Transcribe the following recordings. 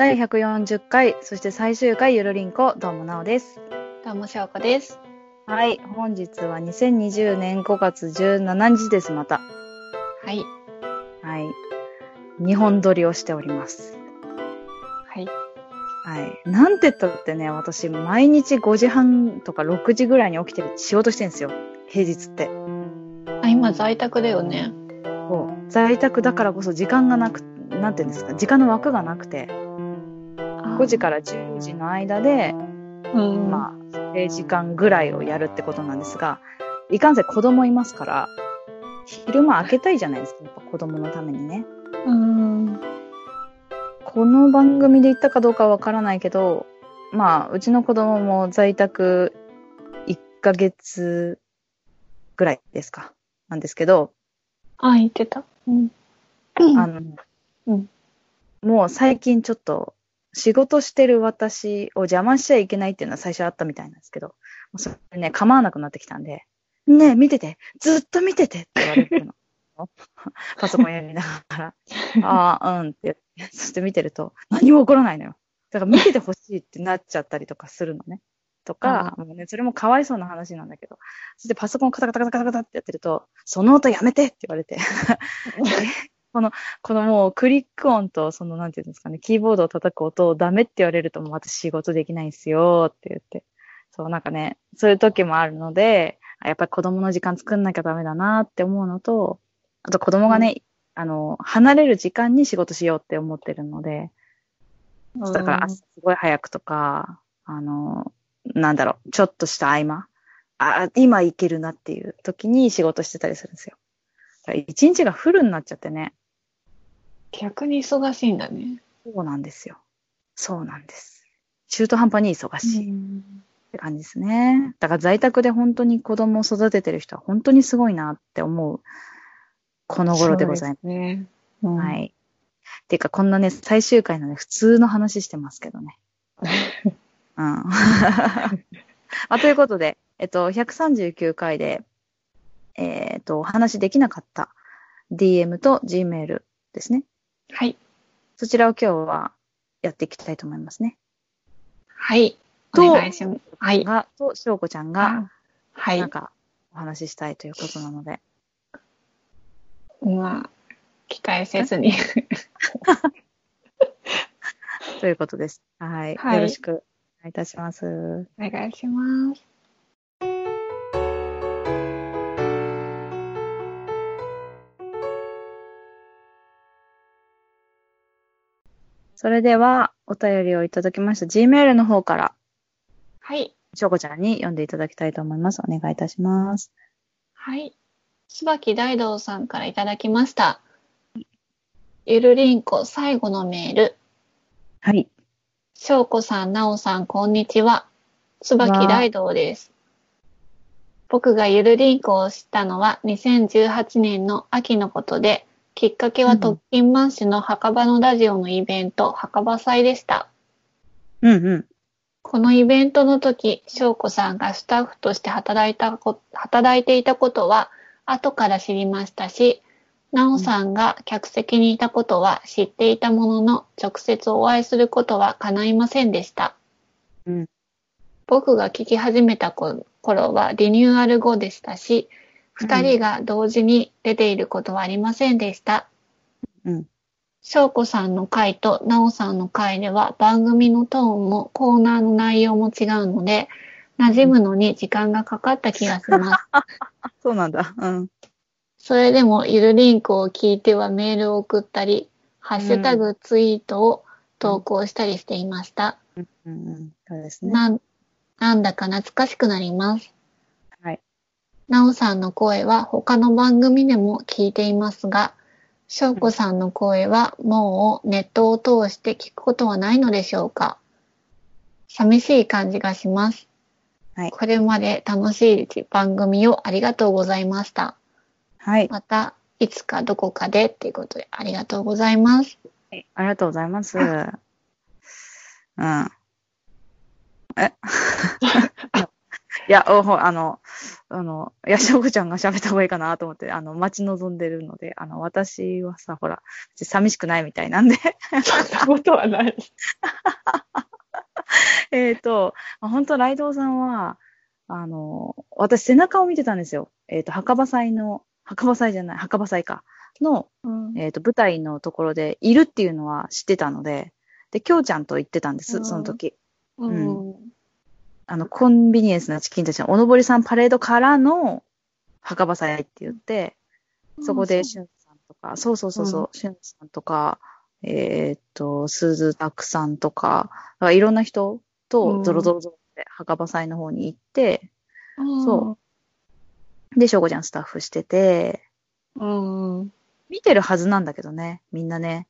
第140回、そして最終回ゆるりんこ、どうもなおです。 どうもしょうこです。 はい、本日は2020年5月17日です、また。 はい。 はい。2本撮りをしております。 はい。 はい。なんて言ったってね、私、毎日5時半とか6時ぐらいに起きてる仕事してるんですよ。平日って。 今在宅だよね。 そう。在宅だからこそ時間がなく、なんて言うんですか、時間の枠がなくて、5時から10時の間で、まあ、0時間ぐらいをやるってことなんですが、いかんせん子供いますから、昼間開けたいじゃないですか、やっぱ子供のためにね。この番組で言ったかどうかはわからないけど、まあ、うちの子供も在宅1ヶ月ぐらいですか、なんですけど、 言ってた。 もう最近ちょっと仕事してる私を邪魔しちゃいけないっていうのは最初あったみたいなんですけど、それね、構わなくなってきたんで、ねえ、見てて、ずっと見ててって言われるの。パソコンやりながら、ああ、うんって言って、そして見てると、何も起こらないのよ。だから見ててほしいってなっちゃったりとかするのね。とか、もうね、それもかわいそうな話なんだけど、そしてパソコンカタカタカタカタカタってやってると、その音やめてって言われて、このもうクリック音と、そのなんていうんですかね、キーボードを叩く音をダメって言われるともう私仕事できないんですよって言って。そう、なんかね、そういう時もあるので、やっぱり子供の時間作んなきゃダメだなって思うのと、あと子供がね、離れる時間に仕事しようって思ってるので、だから朝すごい早くとか、なんだろう、ちょっとした合間、今行けるなっていう時に仕事してたりするんですよ。だから一日がフルになっちゃってね。 逆に忙しいんだね。 そうなんですよ。そうなんです。中途半端に忙しいって感じですね。だから在宅で本当に子供を育ててる人は本当にすごいなって思うこの頃でございます。 そうですね。 はい。っていうかこんなね、最終回のね、普通の話してますけどね。ということで、139回で、お話できなかった DM と Gmail ですね。 はい。 そちらを今日はやっていきたいと思いますね。 はい。お願いします。はい。 と、しょうこちゃんが、 はい。 なんか、お話ししたいということなので。 まあ、期待せずに。 ということです。はい。よろしくお願いいたします。 お願いします。 それでは、お便りをいただきました Gmail の方から、 はい。 しょうこちゃんに読んでいただきたいと思います。お願いいたします。 はい。椿大道さんからいただきました。ゆるりんこ最後のメール。 はい。 しょうこさん、なおさん、こんにちは。椿大道です。僕がゆるりんこを知ったのは2018年の秋のことで、きっかけは特勤マッシュの墓場のラジオのイベント、墓場祭でした。このイベントの時、しょうこさんがスタッフとして働いていたことは後から知りましたし、なおさんが客席にいたことは知っていたものの、直接お会いすることは叶いませんでした。僕が聞き始めた頃はリニューアル後でしたし、二人が同時に出ていることはありませんでした。しょうこさんの回となおさんの回では番組のトーンもコーナーの内容も違うので、馴染むのに時間がかかった気がします。 そうなんだ。 それでもゆるりんこを聞いてはメールを送ったり、ハッシュタグツイートを投稿したりしていました。 そうですね。 なんだか懐かしくなります。 はい。 なおさんの声は他の番組でも聞いていますが、しょうこさんの声はもうネットを通して聞くことはないのでしょうか。寂しい感じがします。はい。これまで楽しい番組をありがとうございました。はい。また、いつかどこかでっていうことでありがとうございます。 はい。ありがとうございます。いや、 いや、しょうこちゃんが喋った方がいいかなと思って、待ち望んでるので、私はさ、ほら、寂しくないみたいなんで。 そんなことはない。 本当ライドウさんは、私背中を見てたんですよ。墓場祭の、墓場祭じゃない、墓場祭か。の、 うん。 舞台のところでいるっていうのは知ってたので、で、きょうちゃんと言ってたんです、その時。 ううん。 ん。 コンビニエンスなチキンたちのおのぼりさんパレードからの墓場祭って言って、そこで、しゅんさんとか、そうそうそうそう、しゅんさんとか、鈴拓さんとか、だからいろんな人とゾロゾロゾロって墓場祭の方に行って、そうん。 う。で、しょうこちゃんスタッフしてて、 うん。 見てるはずなんだけどね、みんなね。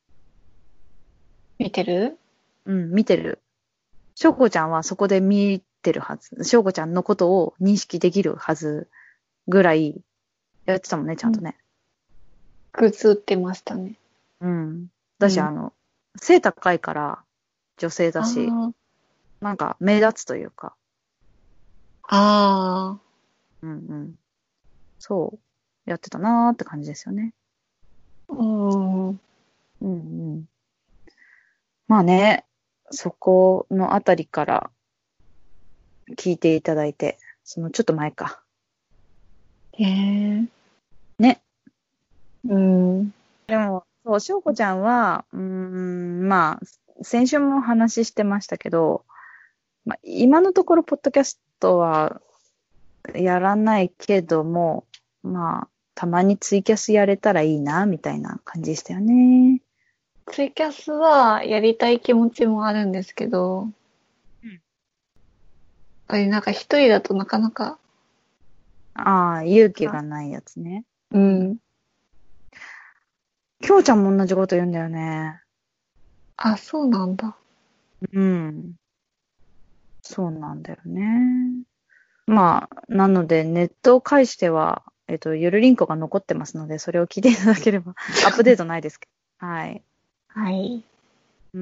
見てる？ うん、見てる。しょうこちゃんはそこで見てるはず。しょうこちゃんのことを認識できるはずぐらいやってたもんね、ちゃんとね。 グッズ売ってましたね。 うん。だし、 うん。 背高いから女性だし、 あなんか目立つというか、 あ。ああ。 うんうん。そう、やってたなーって感じですよね。 うん。 うんうん。まあね、そこのあたりから聞いていただいて、ちょっと前か。 へえ。 ね。 うん。 でも、そう、しょうこちゃんは、まあ、先週も話してましたけど、まあ、今のところ、ポッドキャストはやらないけども、まあ、たまにツイキャスやれたらいいな、みたいな感じでしたよね。 ツイキャスはやりたい気持ちもあるんですけど、やっぱりなんか一人だとなかなか、 ああ、勇気がないやつね。 うん。 きょうちゃんも同じこと言うんだよね。 あ、そうなんだ。 うん。そうなんだよね。まあ、なので、ネットを介しては、ゆるりんこが残ってますので、それを聞いていただければ、アップデートないですけど。はい。 はい。 うん。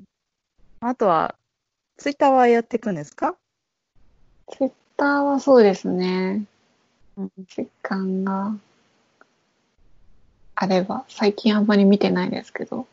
あとは、ツイッターはやっていくんですか？ ツイッターはそうですね。 うん。 時間があれば、最近あんまり見てないですけど。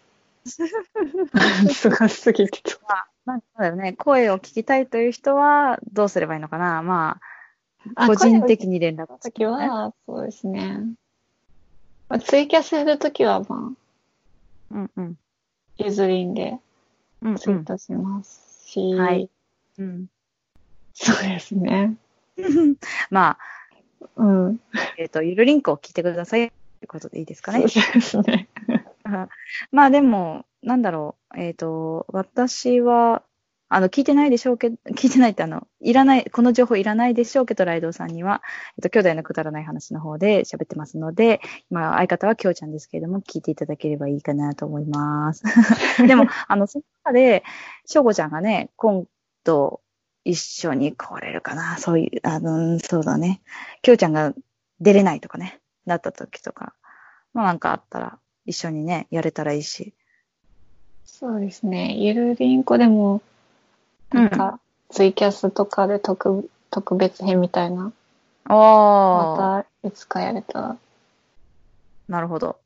忙しすぎてと。 まあ、なんだろうね、声を聞きたいという人は、どうすればいいのかな。まあ、 あ、 個声を聞い人的に連絡たときしてね。 は、そうですね。まあ、ツイキャスやるときは、まあ、 うんうん。 ゆずりんでうんうん。 ツイートしますはい。 し、 うん。 そうですね。 まあ、 うん。 ゆるりんこを聞いてくださいってことでいいですかね。 そうですね。 あまあでも、なんだろう。私は、聞いてないでしょうけど、聞いてないっていらない、この情報いらないでしょうけど、ライドウさんには、兄弟のくだらない話の方で喋ってますので、まあ、相方はきょうちゃんですけれども、聞いていただければいいかなと思います。でも、その中で、しょうこちゃんがね、今度、一緒に来れるかな。そういう、そうだね。きょうちゃんが出れないとかね、なった時とか、まあなんかあったら、一緒にね、やれたらいいし。 そうですね。ゆるりんこでも、 うん。 なんか、ツイキャスとかで特別編みたいな、まああ、 たいつかやれたらなるほど。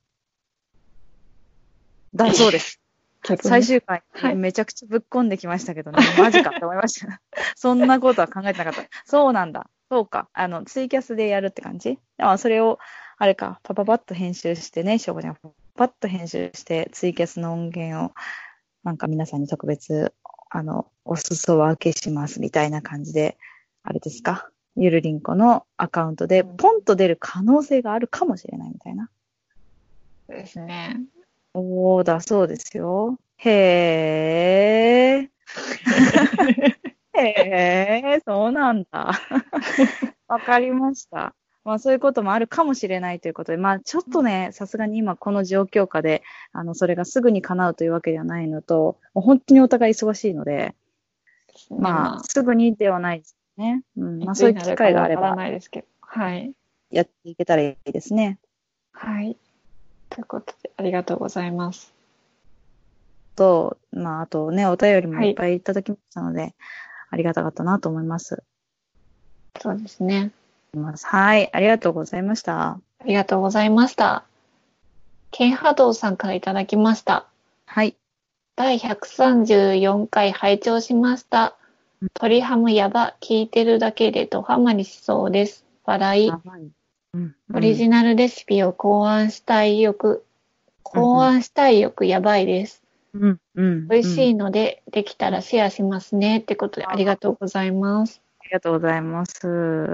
だそうです。 けどね。 最終回はい。 にめちゃくちゃぶっこんできましたけどね、マジかって思いました。そんなことは考えてなかった。そうなんだ。そうか。ツイキャスでやるって感じ？それを、あれか、パパパッと編集してね、しょうこちゃん、パパッと編集して、ツイキャスの音源を、なんか皆さんに特別、お裾分けしますみたいな感じで、あれですか。ゆるりんこのアカウントで、ポンと出る可能性があるかもしれないみたいな。 そうですね。 おー、だそうですよ。へー。へー、そうなんだ。わかりました。まあそういうこともあるかもしれないということで、まあちょっとね、さすがに今この状況下で、それがすぐに叶うというわけではないのと、もう本当にお互い忙しいので、 ですね。 まあまあ、 すぐにではないですね。うん、まあいつにそういう機なるかわ会があればからないですけど。はい。 やっていけたらいいですね。 はい。ということで、ありがとうございます。 と、まああとね、お便りはい。 もいっぱいいただきましたので、ありがたかったなと思います。 そうですね。 はい。ありがとうございました。 ありがとうございました。ケンハドウさんからいただきました。 はい。 第134回拝聴しました。鶏ハムやば、聞いてるだけでドハマりしそうです。笑い。 はい。うん。 オリジナルレシピを考案したい欲やばいです。 うん。うん。 美味しうん。 いので、できたらシェアしますね。ってことでありがとうございます。 ありがとうございます。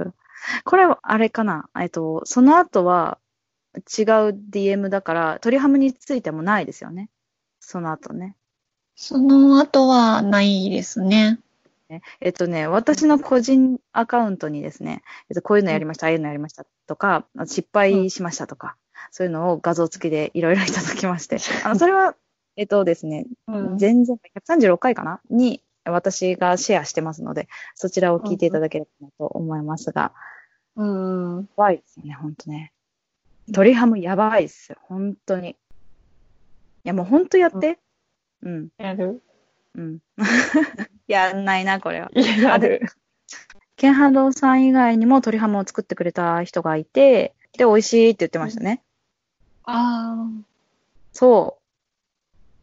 これ、あれかなその後は違う DM だから、鳥ハムについてもないですよね。その後ね。 その後はないですね。 私の個人アカウントにですね、こういうのやりました、ああいうのやりましたとか、失敗しましたとか、そういうのを画像付きでいろいろいただきまして、それは、ですね、全然、136回かなに、私がシェアしてますので、そちらを聞いていただければなと思いますが、やばいですよね、ほんとね。鳥ハムやばいっすよ、本当に。いや、もう本当やって。うん。 やる。 うん。やんないな、これは。 やる。 ケンハドさん以外にも鳥ハムを作ってくれた人がいて、で、美味しいって言ってましたね。 あそう。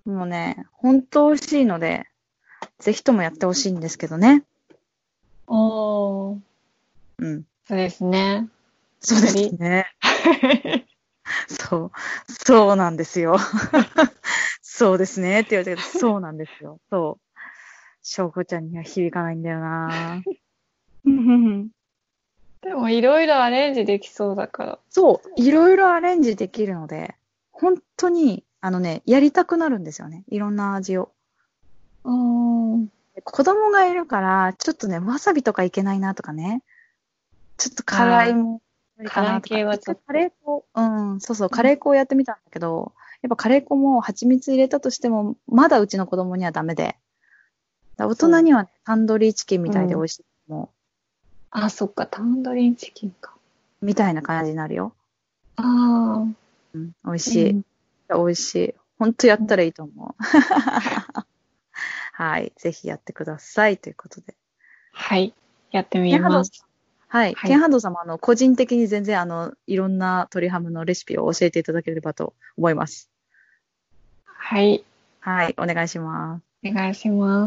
もうね、本当美味しいので、ぜひともやってほしいんですけどね。 あ。おー。 うん。 そうですね。 そうですね。そう。そうなんですよ。そうですねって言われたけど、そうなんですよ。そう。翔子ちゃんには響かないんだよなでもいろいろアレンジできそうだから。 そう。いろいろアレンジできるので、本当に、やりたくなるんですよね。いろんな味を。子供がいるから、ちょっとね、わさびとかいけないなとかね。ちょっと辛いも無理かなとか。 辛い系はちょっと一回カレー粉、そうそう、カレー粉をやってみたんだけど、やっぱカレー粉も蜂蜜入れたとしても、まだうちの子供にはダメで。大人にはね、タンドリーチキンみたいで美味しいもあ、そっか、タンドリーチキンか。 みたいな感じになるよ。 あ美味あ、 しい。美味しい。ほんとやったらいいと思う。はい。ぜひやってください。ということで。 はい、やってケンハドさん、 みます。 はい。 はい。 ケンハドさんも個人的に全然いろんな鶏ハムのレシピを教えていただければと思います。 はい、 はい。お願いします。 お願いします。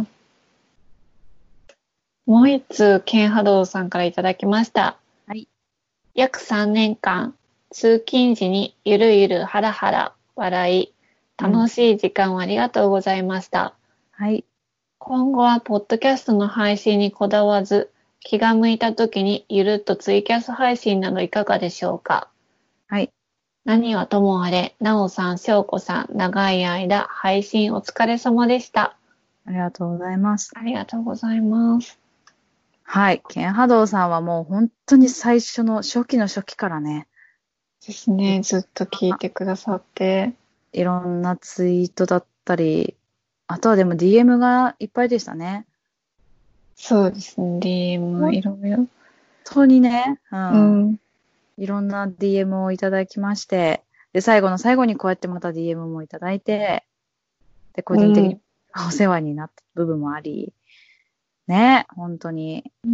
もう一通、ケンハドウさんからいただきました。 はい。 約3年間、通勤時にゆるゆるハラハラ笑い、楽しい時間をありがとうございました。 はい。 今後はポッドキャストの配信にこだわらず、気が向いた時にゆるっとツイキャス配信などいかがでしょうか。 はい。 何はともあれ、なおさん、しょうこさん、長い間配信お疲れ様でした。 ありがとうございます。 ありがとうございます。 はい。ケンハドさんはもう本当に最初の初期の初期からね、 ですね。ずっと聞いてくださって。 いろんなツイートだったり、あとはでも DM がいっぱいでしたね。 そうですね。DM いろいろ。 本当にね、 うん。 いろんな DM をいただきまして、で、最後の最後にこうやってまた DM もいただいて、で、個人的にお世話になった部分もあり、ね、本当に、 うん。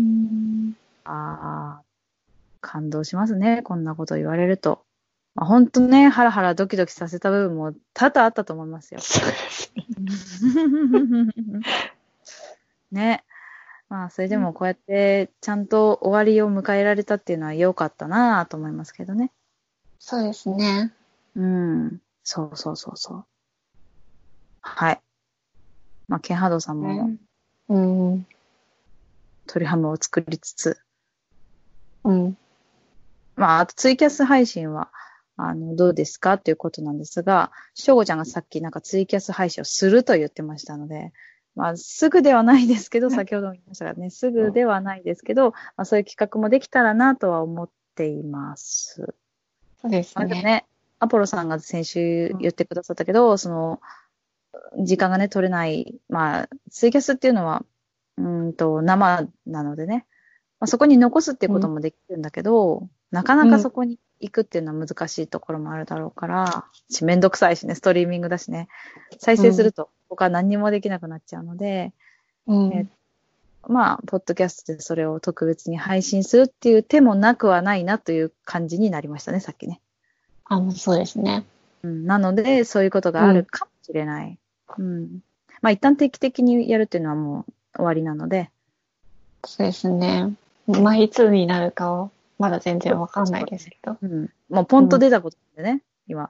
感動しますね、こんなこと言われると。まあ、本当ね、ハラハラドキドキさせた部分も多々あったと思いますよ。 そうですね。 ね。まあ、それでもこうやってちゃんと終わりを迎えられたっていうのは良かったなぁと思いますけどね。 そうですね。 うん。そうそうそうそう。はい。まあ、ケンハドさんもうん。 鳥ハムを作りつつ、 うん。 まあ、あとツイキャス配信は、どうですかっていうことなんですが、しょうごちゃんがさっきなんかツイキャス配信をすると言ってましたので、まあ、すぐではないですけど、先ほども言いましたがね、すぐではないですけど、まあ、そういう企画もできたらなとは思っています。 そうですまあ、でもね。 ね、アポロさんが先週言ってくださったけど、時間がね、取れない、まあ、ツイキャスっていうのは、生なのでね、まあ、そこに残すっていうこともできるんだけど、なかなかそこに行くっていうのは難しいところもあるだろうから、めんどくさいしね、ストリーミングだしね、再生すると他何にもできなくなっちゃうので、 うん。 まあ、ポッドキャストでそれを特別に配信するっていう手もなくはないなという感じになりましたね、さっきね。 あ、もうそうですね。 うん、なので、そういうことがあるかもしれない。うん。まあ、一旦定期的にやるっていうのはもう終わりなので。 そうですね。まあ、いつになるかは、まだ全然わかんないですけど。 うん。もうポンと出たことなんでね、今。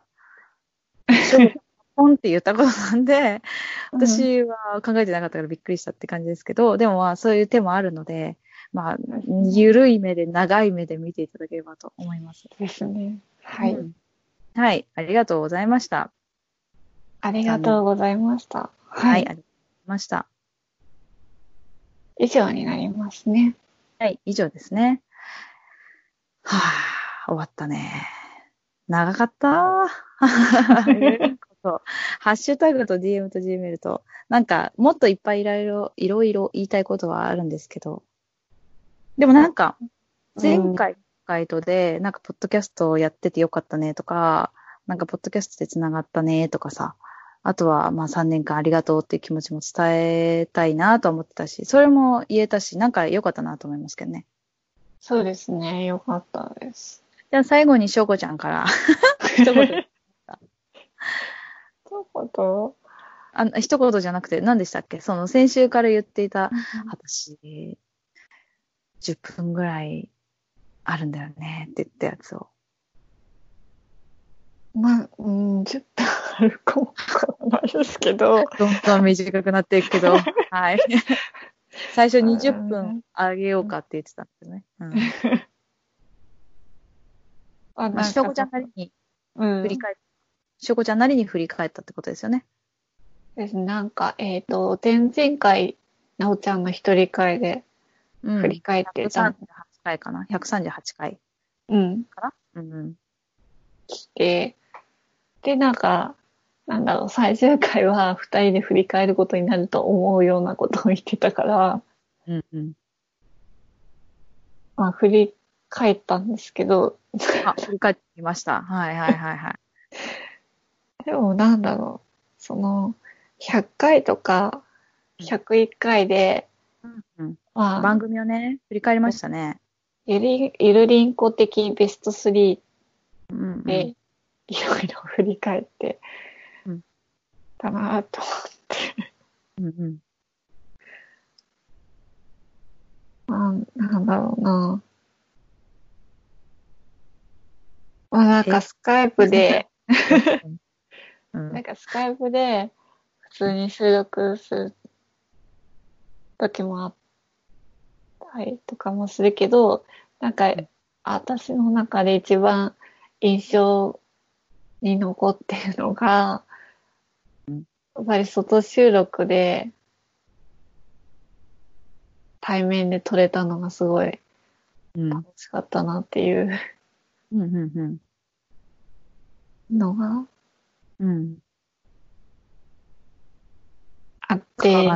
ポンって言ったことなんで、私は考えてなかったからびっくりしたって感じですけど、でもまあそういう手もあるので、まあ、ゆるい目で長い目で見ていただければと思います。 ですね。はい。 はい、ありがとうございました。 ありがとうございました。 はい、ありがとうございました。 以上になりますね。 はい、以上ですね。はぁ、終わったね。長かったハッシュタグと DM と Gmail と、なんか、もっといっぱいいろいろ言いたいことはあるんですけど、でもなんか、前回とで、なんか、ポッドキャストをやっててよかったねとか、なんか、ポッドキャストで繋がったねとかさ、あとは、まあ、3年間ありがとうっていう気持ちも伝えたいなと思ってたし、それも言えたし、なんか良かったなと思いますけどね。 そうですね。よかったです。 じゃあ、最後にしょうこちゃんから一言。一言じゃなくて、何でしたっけ？その先週から言っていた、私、10分ぐらいあるんだよねって言ったやつを。 まあ、10分あるかもわからないですけど。 どんどん短くなっていくけど、はい。最初20分あげようかって言ってたんですよね。まあ、しょうこちゃんなりに振り返っしょうこちゃんなりに振り返ったってことですよね。 ですね。なんか、前々回、なおちゃんの一人会で振り返ってた。 138回かな ?138 回。かな来て、で、なんか、なんだろう、最終回は二人で振り返ることになると思うようなことを言ってたから、まあ、振り返ったんですけど。 振り返ってみました。はいはいはいはい。 でもなんだろう、その、100回とか、101回で、 まあ、番組をね、振り返りましたね。 ゆるりんこ的ベスト3で、いろいろ振り返って、たなと思って。なんだろうな。まあなんかスカイプで、なんかスカイプで普通に収録する時もあったりとかもするけど、なんか私の中で一番印象に残ってるのが、やっぱり外収録で対面で撮れたのがすごい楽しかったなっていうのがあって、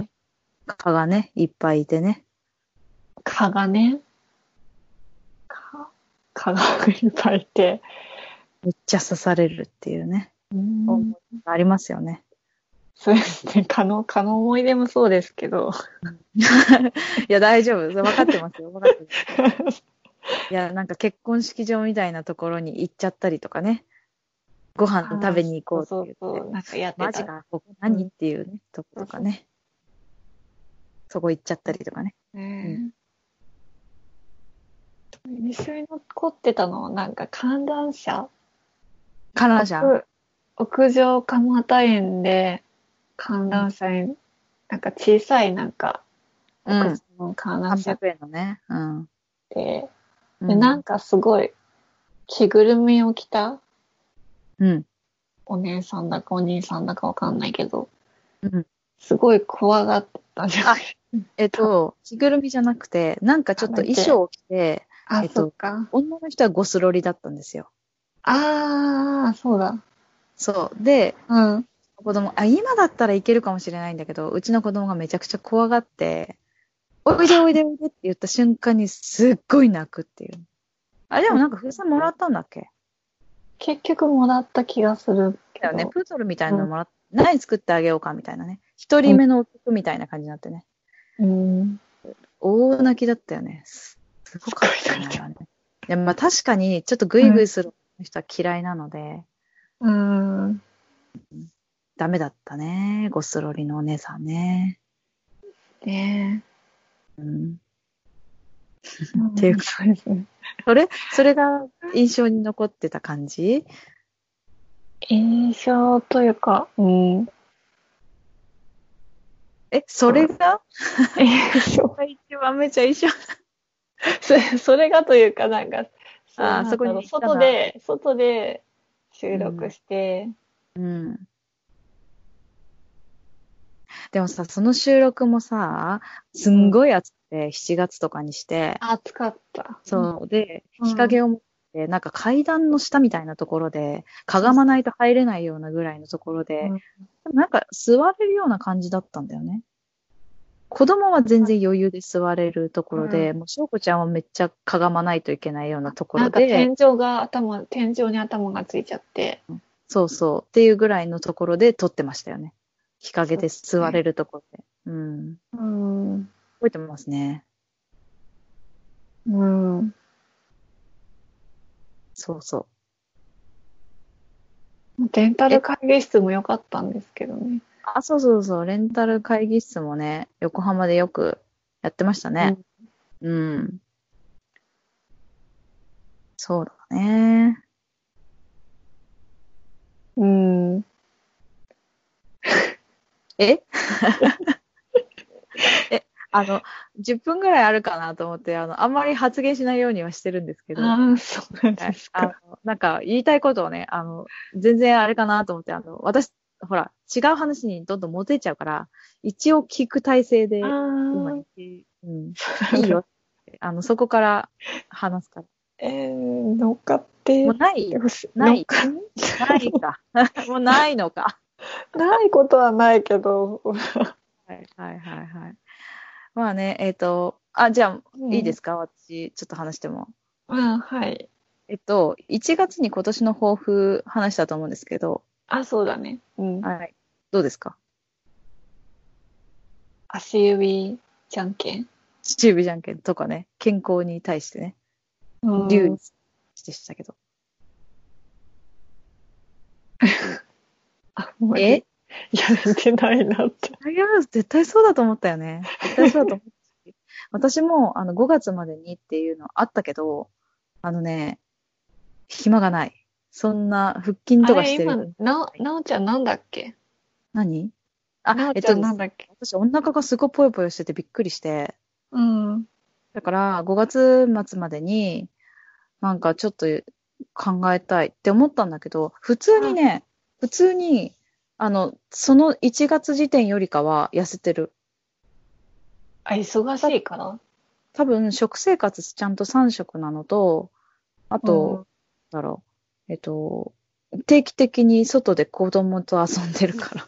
蚊がね、いっぱいいてね。 蚊がね、蚊がいっぱいいて。 めっちゃ刺されるっていうね。ありますよね。 そうですね。蚊の思い出もそうですけど。 いや、大丈夫。分かってますよ。分かってます。いや、なんか結婚式場みたいなところに行っちゃったりとかね。ご飯食べに行こうって言って。 なんかやってた。 マジか、ここ何っていうね、とことかね。そこ行っちゃったりとかね。 一緒に残ってたのはなんか観覧車屋上蒲田園で観覧車に、なんか小さいなんか、屋上の観覧車。 300円のね。 で、なんかすごい着ぐるみを着たお姉さんだかお兄さんだかわかんないけど、すごい怖がってたじゃない。 着ぐるみじゃなくて、なんかちょっと衣装を着て、女の人はゴスロリだったんですよ。 そうだ。 そう。で、子供、今だったらいけるかもしれないんだけど、うちの子供がめちゃくちゃ怖がって、おいでおいでおいでって言った瞬間にすっごい泣くっていう。あれでもなんか風船もらったんだっけ？ 結局もらった気がするけど。 だよね、プードルみたいなのもらっ何作ってあげようかみたいなね。一人目の曲みたいな感じになってね。 大泣きだったよね。すごかったね、あれはね。いや、まあ確かに、ちょっとグイグイする人は嫌いなので、ダメだったね、ゴスロリのお姉さんね。 ねうん。 え。 っていうか、 そうですね。 それが印象に残ってた感じ？ 印象というか、 それが印象。 一番めちゃ印象。 それがというか、なんか、そうああ、そこになんだろう、 行ったな。 外で収録して、 うん。でもさ、その収録もさ、すんごい暑くて、7月とかにして、 暑かった。 そう。で、 うん。 日陰を持って、なんか階段の下みたいなところで、かがまないと入れないようなぐらいのところで、 うん。 なんか座れるような感じだったんだよね。子供は全然余裕で座れるところで、もう翔子ちゃんはめっちゃかがまないといけないようなとこなんかろで、 天井に頭がついちゃって。 そうそうっていうぐらいのところで撮ってましたよね。日陰で座れね。 るところで。うん。 うん。 覚えてますね。 うん。 そうそレンタう。 ル会議室も良かったんですけどね。 そうそうそう。レンタル会議室もね、横浜でよくやってましたね。 うん。 うん。そうだね。 うん。 ええ、10分ぐらいあるかなと思って、あんまり発言しないようにはしてるんですけど、 ああ、そうなんはい。 ですか。 なんか言いたいことをね、全然あれかなと思って、私、ほら、違う話にどんどん持ってっちゃうから、一応聞く体制あで、今言っあ、 て、うん、 そうなんだ。 いいよって、そこから話すから。 乗っかってもうないほしい。 ないないか。もうないのか。 ないことはないけど、 はいはいはいはい。まあね、じゃあ、 うん。 いいですか私、ちょっと話しても。 はい。 1月に今年の抱負話したと思うんですけど、 あ、そうだね。うん。 はい。どうですか？ 足指じゃんけん。 秩父じゃんけんとかね、健康に対してね、 うん。 留意でしたけど。 あんまりえやれてないなって。 いや、絶対そうだと思ったよね。絶対そうだと思ったし。私も、5月までにっていうのあったけど、あのね、暇がない。そんな腹筋とかあれ、今、 してる暇がない。 なおちゃんなんだっけ？ 何なおちゃんですね。 なんだっけ？ 私、お腹がすごいぽよぽよしててびっくりして、 うん。 だから5月末までになんかちょっと考えたいって思ったんだけど、 あ、 普通に、その1月時点よりかは痩せてる。 忙したいから。 多分、食生活ちゃんと3食なのと、あうん。 と、なんだろ定期的に外で子供と遊んでるから。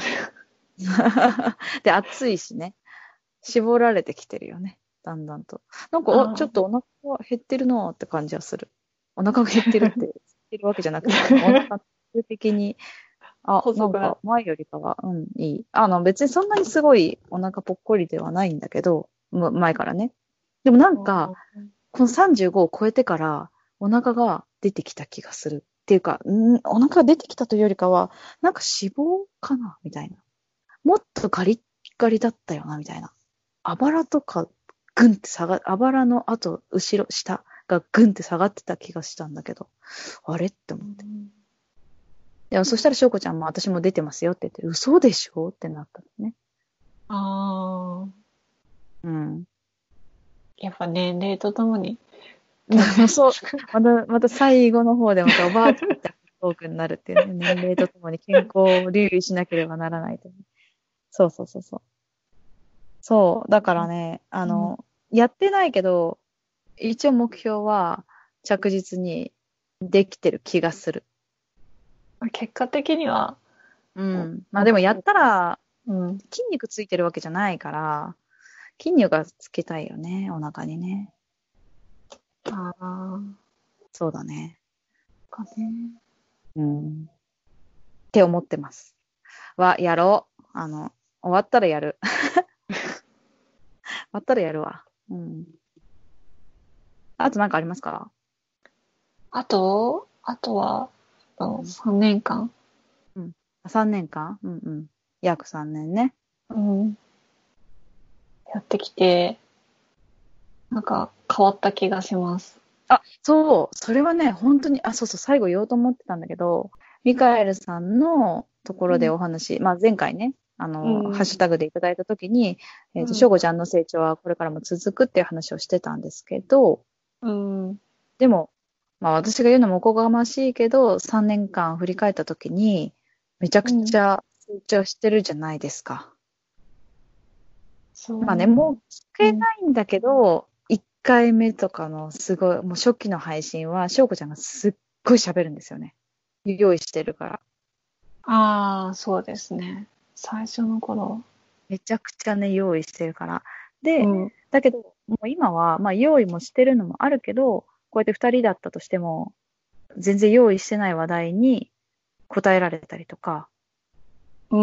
で、暑いしね。絞られてきてるよね。だんだんと。なんか、ちょあっとお腹が減ってるなーって感じはする。お腹が減ってるって、減ってるわけじゃなくて、おー腹的に、なん細くなっか前よりかは、いい。別にそんなにすごいお腹ぽっこりではないんだけど、前からね。でもなんか、この35を超えてから、お腹が出てきた気がする。っていうか、お腹が出てきたというよりかは、なんか脂肪かなみたいな。もっとガリッガリだったよな、みたいな。あばらとか、ぐんってあばらの後、後ろ、下がぐんって下がってた気がしたんだけど、あれって思って。でもそしたら翔子ちゃんも私も出てますよって言って、嘘でしょってなったのね。 ああ、 うん。 やっぱ年齢とともに。 そう。また最後の方でまたおばあちゃんみたいなトークになるっていうね。年齢とともに健康を留意しなければならないという。そうそうそうそう。そう。だからね、 うん。 やってないけど、一応目標は着実にできてる気がする。 結果的には、 うん。まあでもやっ目標。 たらうん。 筋肉ついてるわけじゃないから、筋肉がつけたいよね、お腹にね。 ああ、 そうだね。 かね。 うん。って思ってます。やろう。終わったらやる。 あったらやるわ。うん。あとなんかありますか？ あとは、 うん。 3年間。 うん。3年間うんうん。約3年ね。 うん。やってきて、なんか変わった気がします。 あ、そう。それはね、本当に、あ、そうそう、最後言おうと思ってたんだけど、ミカエルさんのところでうん。 お話、まあ前回ね、 うん。 ハッシュタグでいただいたときに、 うん。 しょうごちゃんの成長はこれからも続くっていう話をしてたんですけど、 うん。 でも、まあ私が言うのもおこがましいけど、3年間振り返ったときに、めちゃくうん。 ちゃ成長してるじゃないですか。まあね、 そもう聞う。うけん。 ないんだけど、1回目とかのすごい、もう初期の配信は、しょうこちゃんがすっごい喋るんですよね。用意してるから。 ああ、そうですね。最初の頃。 めちゃくちゃね、用意してるから。で、 うん。 だけど、もう今は、まあ用意もしてるのもあるけど、こうやって2人だったとしても、全然用意してない話題に答えられたりとか、 うん。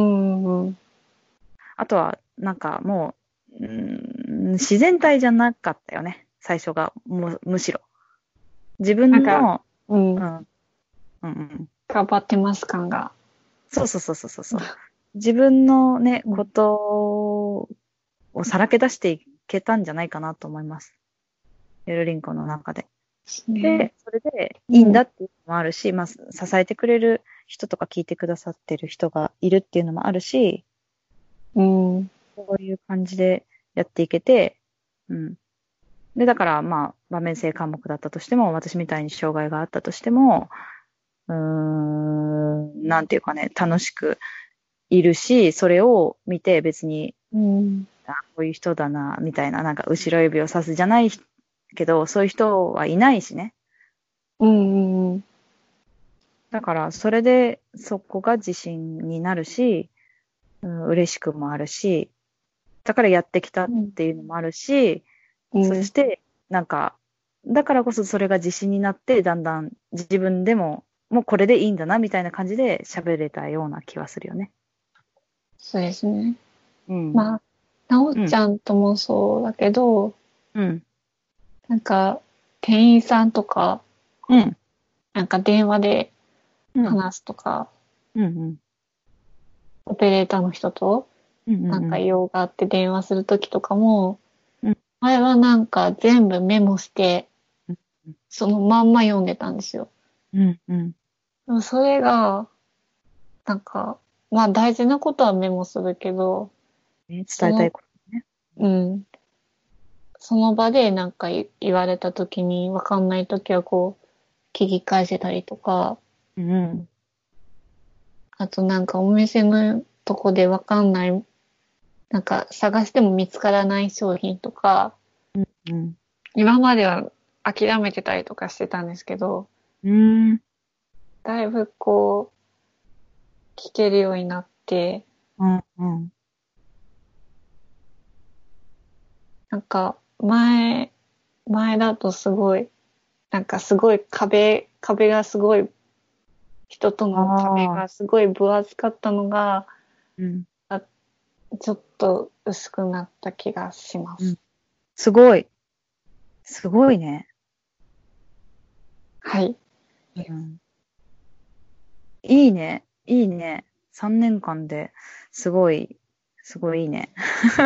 うん。 あとは、なんかもう、自然体じゃなかったよね。最初が、むしろ。自なんか、 分の、 うん。 うん、うんうん。 頑張ってます感が。 そうそうそうそうそう。自分のね、 うん。 ことをさらけ出していけたんじゃないかなと思います。ゆるりんこの中で。 ですね。 で、それでいいんうん。 だっていうのもあるし、まあ、支えてくれる人とか聞いてくださってる人がいるっていうのもあるし、 うん。 そういう感じでやっていけて、うん。で、だからまあ、場面性科目だったとしても、私みたいに障害があったとしても、なんていうかね、楽しくいるし、それを見て別に、 うん。 あ、こういう人だな、みたいな、なんか後ろ指を指すじゃないけど、そういう人はいないしね。 うん。うん。 だから、それで、そこが自信になるし、嬉しくもあるし、だからやってきたっていうのもあるし、 うん。 そして、なんか、だからこそそれが自信になって、だんだん自分でも、もうこれでいいんだな、みたいな感じで喋れたような気はするよね。 そうですね。 うん。 まあ、なおうん。 ちゃんともそうだけど、 うん。 なんか、店員さんとか、 うん。 なんか電話でうん。 話すとか、 うん。うん。 オペレーターの人と、 うん。 なんうん。 か用があって電話するときとかも、 うん。 前はなんか全部メモして、そのまんま読んでたんですよ。 うん。うん。 でもそれが、なんか、まあ大事なことはメモするけど、 ね、 その、 伝えたいことね。 うん、その場でなんか言われたときに、わかんないときはこう、聞き返せたりとか、 うん。 あとなんかお店のとこでわかんない、なんか探しても見つからない商品とか、 うん。 今までは諦めてたりとかしてたんですけど、 うん。 だいぶこう、聞けるようになって、 うん。うん。 なんか前だとすごい、なんかすごい壁がすごい、人とあの壁あ。 がすごい分厚かったのが、 うん。 あ、ちょっと薄くなった気がしまうん。 す。 すごい。すごいね。 はい。 うん。いいね。いいね。3年間ですごい、すごいいいね。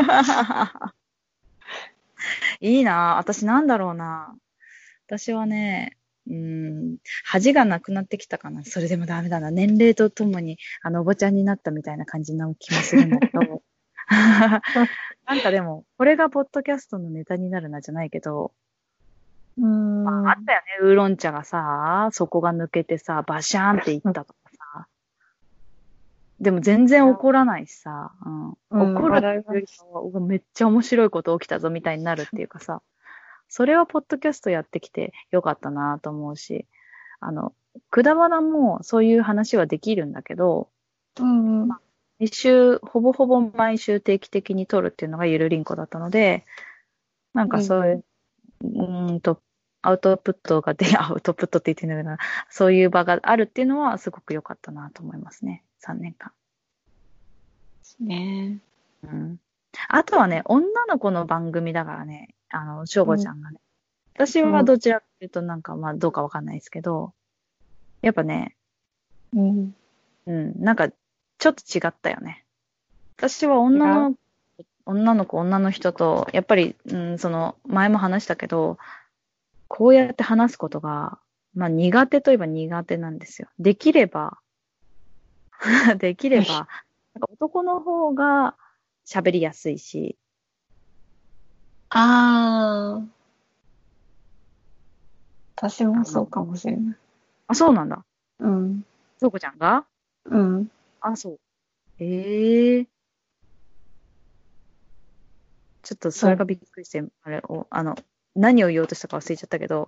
いいな。私なんだろうな。私はね、恥がなくなってきたかな。それでもダメだな。年齢とともに、おばちゃんになったみたいな感じな気もするんだけど。なんかでも、これがポッドキャストのネタになるなじゃないけど、 うーん。 あったよね。ウーロン茶がさ、底が抜けてさ、バシャーンっていったとかさ。でも全然怒らないしさ、 うん、 怒るっていうより笑います。 かは、うわめっちゃ面白いこと起きたぞみたいになるっていうかさ、それはポッドキャストやってきてよかったなと思うし、あの、くだばなもそういう話はできるんだけど、 うんうん。 一週、ほぼほぼ毎週定期的に撮るっていうのがゆるりんこだったので、なんうん。 かそういう、アウトプットがで、アウトプットって言ってんだけどな、そういう場があるっていうのはすごく良かったなと思いますね。3年間。 ですね。 うん。 あとはね、女の子の番組だからね、しょうこちゃんがね。私うん。 はどちらかというとなんか、まあ、どうかわかんないですけど、やっぱね、 うん。 うん、なんか、ちょっと違ったよね。私は違う。 女の子、女の人と、やっぱり、前も話したけど、こうやって話すことが、まあ苦手といえば苦手なんですよ。できれば、できれば、なんか男の方が喋りやすいし、 ああ、私もあの、 そうかもしれない。 あ、そうなんだ。 うん。 そうこちゃんがうん。 あ、そう。ええちょっとそそう。 れがびっくりして、何を言おうとしたか忘れちゃったけど、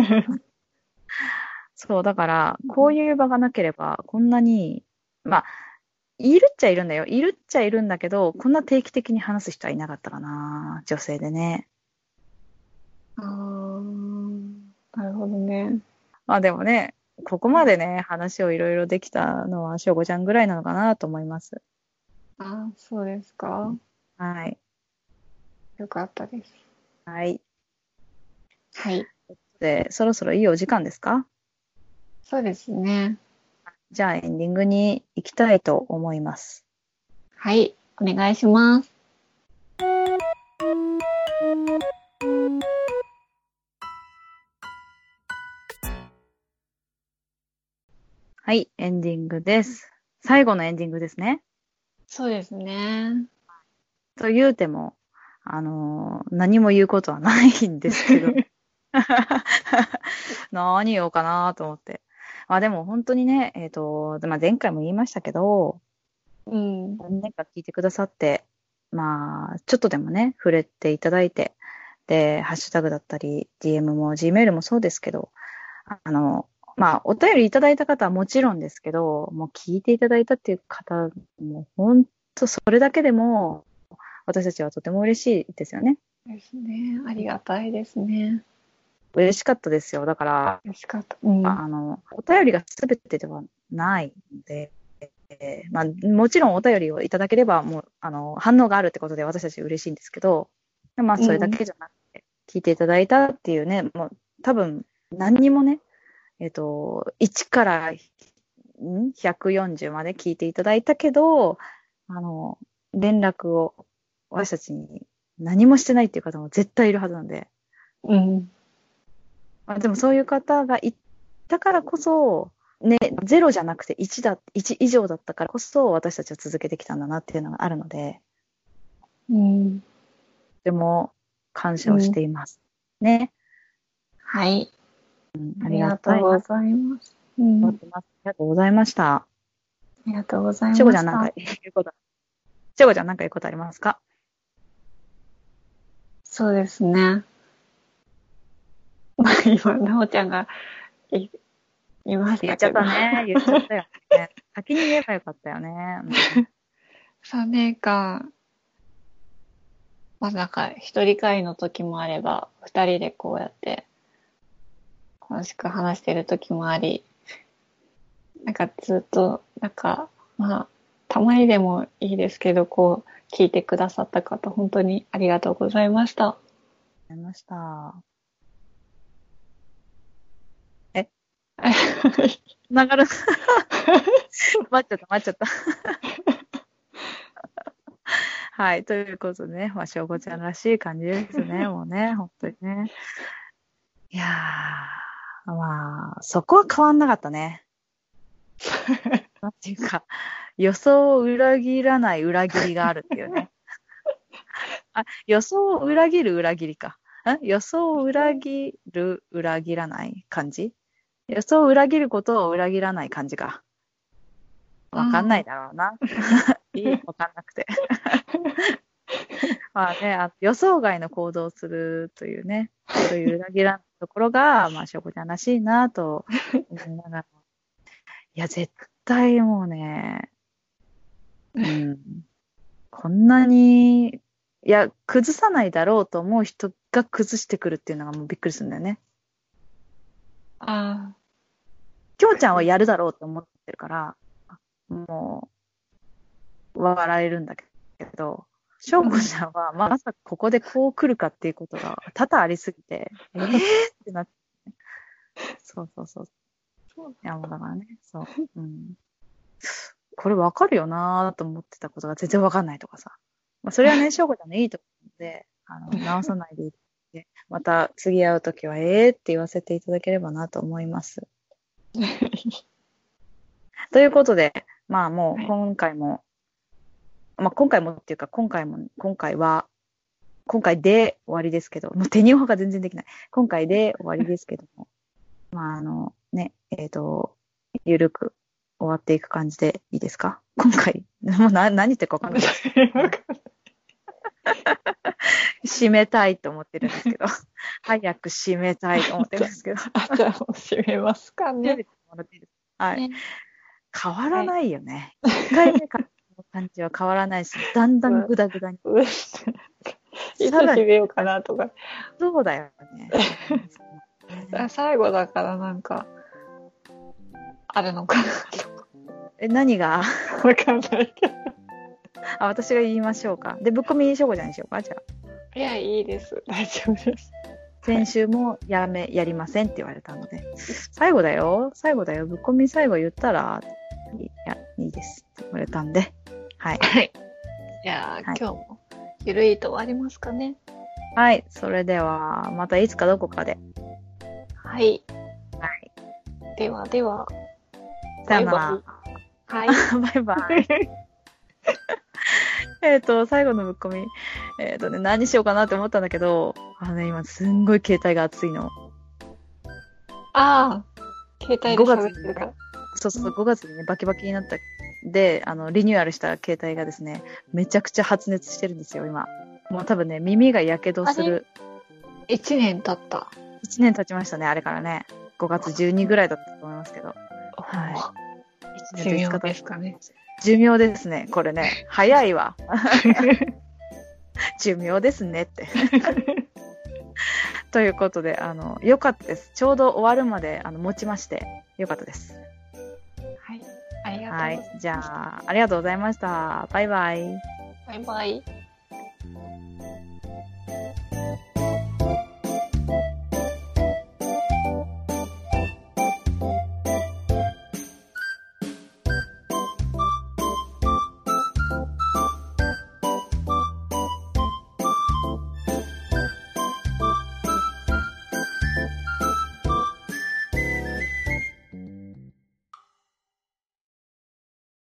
そう、だから、こういう場がなければ、こんなに、まあ、いるっちゃいるんだよ。いるっちゃいるんだけど、こんな定期的に話す人はいなかったかな。女性でね。 ああ、なるほどね。 まあでもね、ここまでね、話をいろいろできたのは、しょうごちゃんぐらいなのかなと思います。 ああ、そうですか。 はい。 よかったです。 はい。 はい。 で、そろそろいいお時間ですか？ そうですね。 じゃあエンディングに行きたいと思います。 はい。お願いします。 はい、エンディングです。最後のエンディングですね。 そうですね。 と言うても、何も言うことはないんですけど、何言おうかなと思って。まあでも本当にね、まあ、前回も言いましたけど、 うん。 何年か聞いてくださって、まあ、ちょっとでもね、触れていただいて、で、ハッシュタグだったり、DM も Gmail もそうですけど、あの、まあ、お便りいただいた方はもちろんですけど、もう聞いていただいたっていう方、もう本当それだけでも、私たちはとても嬉しいですよね。 ですね。ありがたいですね。 嬉しかったですよ。だから、 嬉しかった。うん。 お便りが全てではないので、まあ、もちろんお便りをいただければ、もう、反応があるってことで私たち嬉しいんですけど、まあ、それだうん。 けじゃなくて、聞いていただいたっていうね、もう、多分、何にもね、1から140まで聞いていただいたけど、連絡を私たちに何もしてないっていう方も絶対いるはずなんで、 うん。 まあ、でもそういう方がいたからこそ、ね、ゼロじゃなくて1以上だったからこそ私たちは続けてきたんだなっていうのがあるので、 うん。 とても感謝をしうん。 ています。ね。 はい。あありがりがとうたいなとございます。うん。 思ってます。ありがとうございました。 ありがとうございしょこちゃんなんかました。 言うこと、しょこちゃんなんか言うことありますか？ そうですね。まあ今、なおちゃんが言いまし言っちゃったけど。 たね。言っちゃったよね。先に言えばよかったよね。 3年間、まあなんか、一人会の時もあれば、二人でこうやって楽しく話してる時もあり、なんかずっと、なんか、まあ、たまにでもいいですけど、こう、聞いてくださった方、本当にありがとうございました。 ありました。え、流る。待っちゃった、待っちゃった。はい。ということでね、まあ、しょうこちゃんらしい感じですね。もうね、本当にね。いやー、まあ、そこは変わんなかったね。なんていうか、予想を裏切らない裏切りがあるっていうね。あ、予想を裏切る裏切りか。予想を裏切る裏切らない感じ。予想を裏切ることを裏切らない感じか。わかんないだろうな。いい、わかんなくて。まあね、予想外の行動をするというね、そういう裏切らないところが、まあ、しょこちゃんらしいなと思いながら。いや、絶対もうね、うん、こんなに、いや、崩さないだろうと思う人が崩してくるっていうのがもうびっくりするんだよね。 あきょうちゃんはやるだろうと思ってるから、もう、笑えるんだけど、 翔子ちゃんはまさかここでこう来るかっていうことが多々ありすぎて、ってなって。そう。いや、もうだからね、そう。うん。これわかるよなーと思ってたことが全然わかんないとかさ。まあ、それはね、翔子ちゃんのいいところで、直さないでいいで、また次会うときは、って言わせていただければなと思います。ということで、まあもう今回も、まあ今回もっていうか、今回で終わりですけど、もう手にオが全然できない。今回で終わりですけども、まあね、ゆるく終わっていく感じでいいですか？今回、もう何言ってるか分かんない。締めたいと思ってるんですけど、早く締めたいと思ってるんですけど。 じゃあもう締めますかね。 はい。変わらないよね。1回目からの感じは変わらないし、だんだんグダグダに。 いつ締めようかなとか。 そうだよね。 最後だからなんか、あるのかなと。 何がわかんないけど。 私が言いましょうか。で、ぶっこみしょうこちゃんにしようか、じゃあ。 いや、いいです。大丈夫です。 先週もやりませんって言われたので、最後だよ、ぶっこみ最後言ったら、いいですって言われたんで、はい。 はい。じゃあ、今日もゆるいと終わりますかね。 はい。それでは、またいつかどこかで。 はい。 はい。 では。 さよなら。 はい。 バイバイ。最後のぶっこみ。何しようかなって思ったんだけど、今すんごい携帯が熱いの。 ああ、携帯で喋ってるから。 そう、5月にね、バキバキになった。で、リニューアルした携帯がですね、めちゃくちゃ発熱してるんですよ、今。もう多分ね、耳がやけどする。 1年経った。 1年経ちましたね、あれからね。5月12ぐらいだったと思いますけど。 はい。寿命ですかね。 寿命ですね、これね。早いわ。寿命ですねって。ということで、よかったです。ちょうど終わるまで、持ちまして、よかったです。 はい。ありがとうございます。 はい。じゃあ、ありがとうございました。バイバイ。 バイバイ。